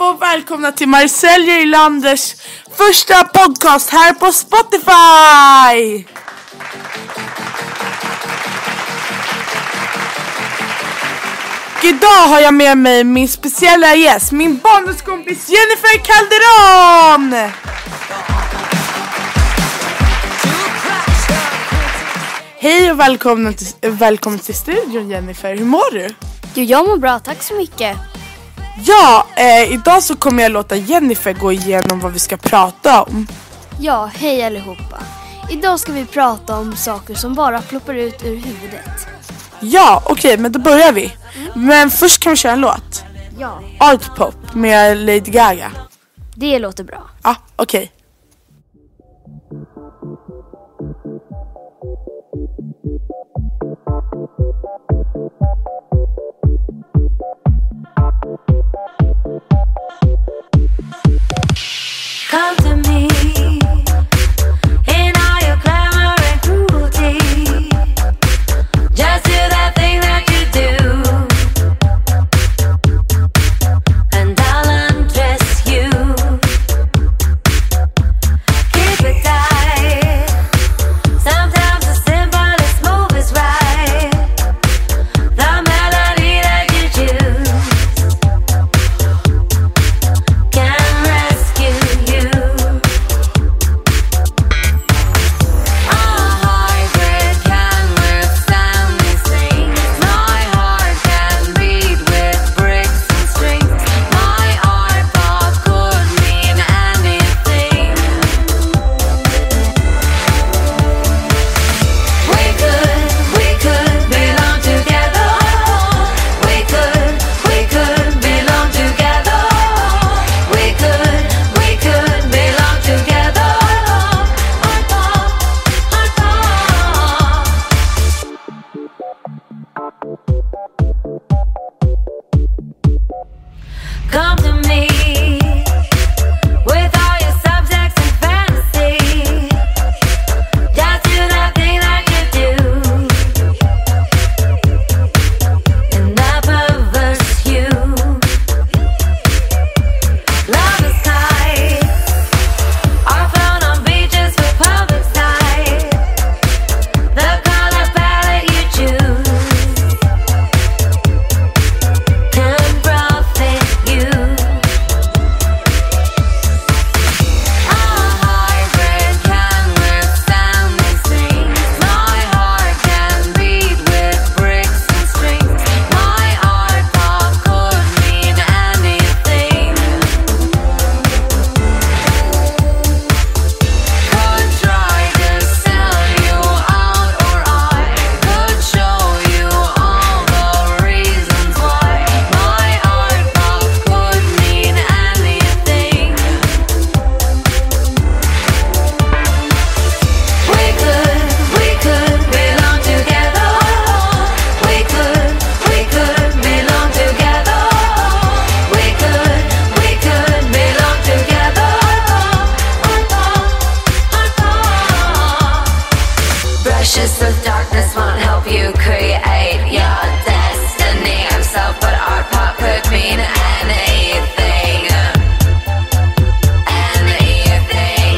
allihopa och välkomna till Marcelja Ilanders första podcast här på Spotify! Idag har jag med mig min speciella gäst, min barndomskompis Jennifer Calderon! Hej och välkommen till studion Jennifer, hur mår du? Jo, jag mår bra, tack så mycket. Ja, idag så kommer jag låta Jennifer gå igenom vad vi ska prata om. Ja, hej allihopa. Idag ska vi prata om saker som bara ploppar ut ur huvudet. Ja, okej, men då börjar vi. Men först kan vi köra en låt. Ja. Art Pop med Lady Gaga. Det låter bra. Ja, okej. Come to me in all your glamour and cruelty. Just do that thing that you do, and I'll undress you. Keep it tight. Sometimes the simplest move is right. The melody that you choose can rescue you. Come to me with all your subjects and fantasy. Just do that thing that you do, and I perverse you. Love is kind, are found on beaches with public sight. The color palette you choose can profit you. A hybrid can withstand these things. My heart can beat with bricks and strings. My art pop could mean anything. Could try to sell you out, or I could show you all the reasons why. My art pop could mean anything. We could belong together. We could belong together. We could belong together. Brushes of darkness won't help you create your destiny of self, but art pop could mean anything. Anything.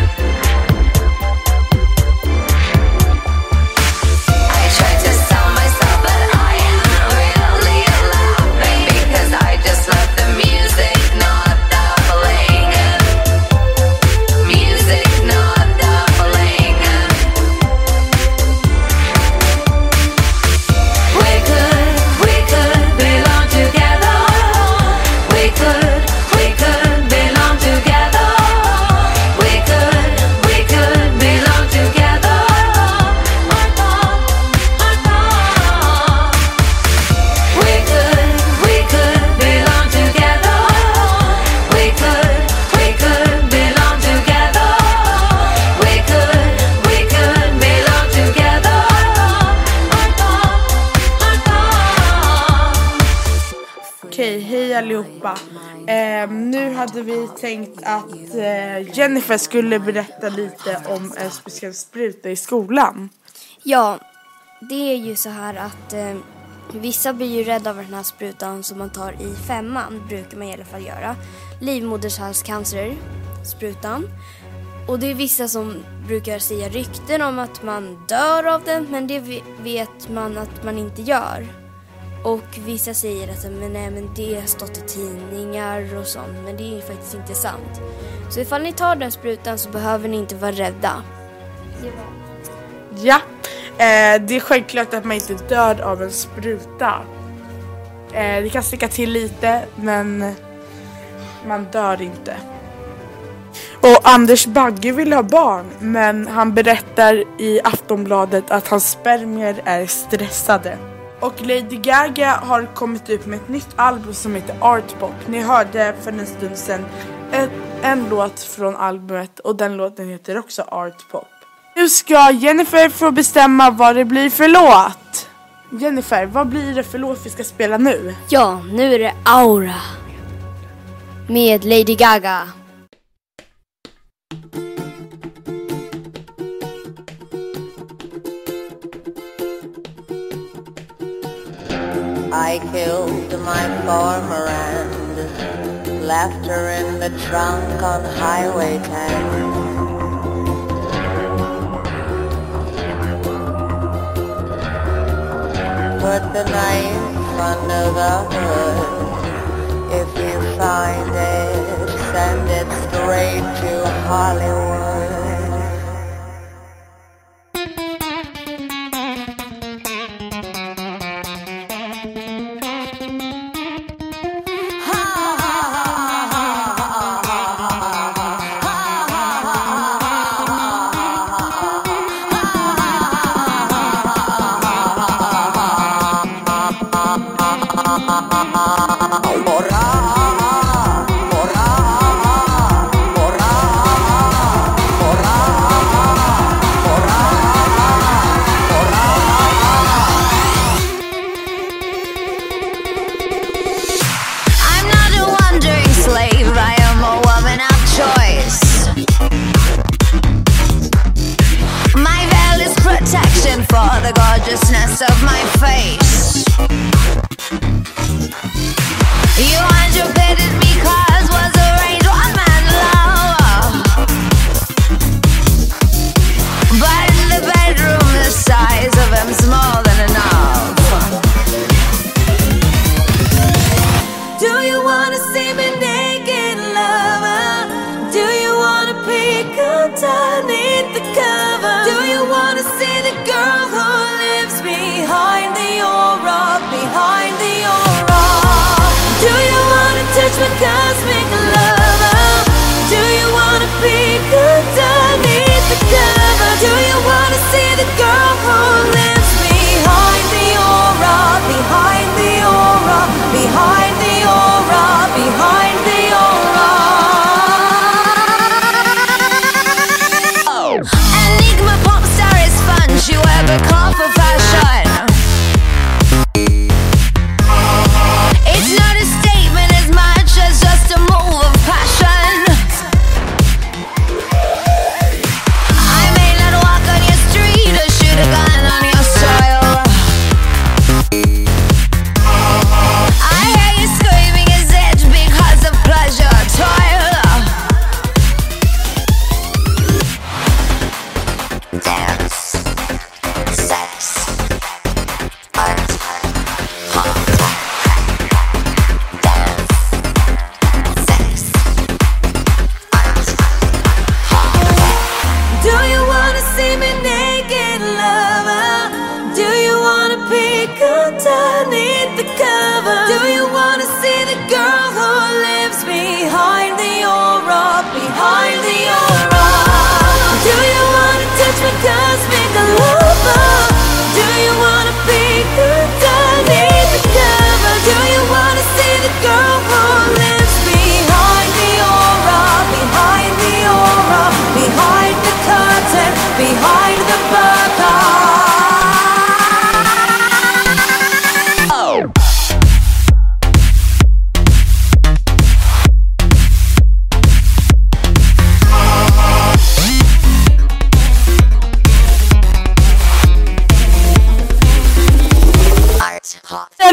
I tried to sell myself, but I am really laughing because I just love the music, not the bling. Music, not the bling. We could belong together. We could belong together. We could belong together. We could belong together. We could belong together. We could belong together. Okej, hej allihopa. Nu hade vi tänkt att Jennifer skulle berätta lite om en speciell spruta i skolan. Ja, det är ju så här att Vissa blir ju rädda av den här sprutan som man tar i 5:an, brukar man i alla fall göra. Livmodershalscancer, sprutan. Och det är vissa som brukar säga rykten om att man dör av den, men det vet man att man inte gör. Och vissa säger att men det har stått i tidningar och sånt, men det är faktiskt inte sant. Så ifall ni tar den sprutan så behöver ni inte vara rädda. Ja, det är självklart att man inte dör av en spruta. Det kan sticka till lite, men man dör inte. Och Anders Bagge vill ha barn, men han berättar i Aftonbladet att hans spermier är stressade. Och Lady Gaga har kommit ut med ett nytt album som heter Art Pop. Ni hörde för en stund sedan en låt från albumet och den låten heter också Art Pop. Nu ska Jennifer få bestämma vad det blir för låt. Jennifer, vad blir det för låt vi ska spela nu? Ja, nu är det Aura med Lady Gaga. I killed my former and left her in the trunk on Highway 10. Put the knife under the hood. If you find it, send it straight to Hollywood. For the gorgeousness of my face, you anticipated me cause was arranged one man love. But in the bedroom the size of him's more than enough. Do you wanna see me naked, lover? Do you wanna peek underneath the cover? Do you wanna see the girl who lives behind the aura, behind the aura? Do you wanna touch my cosmic lover? Do you wanna peek underneath the cover? Do you wanna see the girl who lives behind the aura, behind the aura, behind the aura, behind the aura?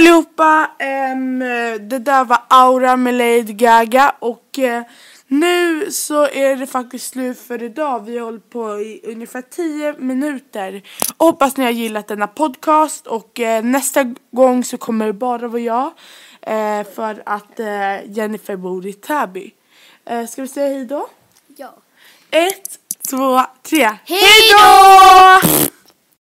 allihopa, det där var Aura med Lady Gaga och nu så är det faktiskt slut för idag. Vi har hållit på i ungefär 10 minuter. Och hoppas ni har gillat denna podcast och nästa gång så kommer det bara vara jag för att Jennifer bor i Täby. Ska vi säga hej då? Ja. 1, 2, 3. Hej då!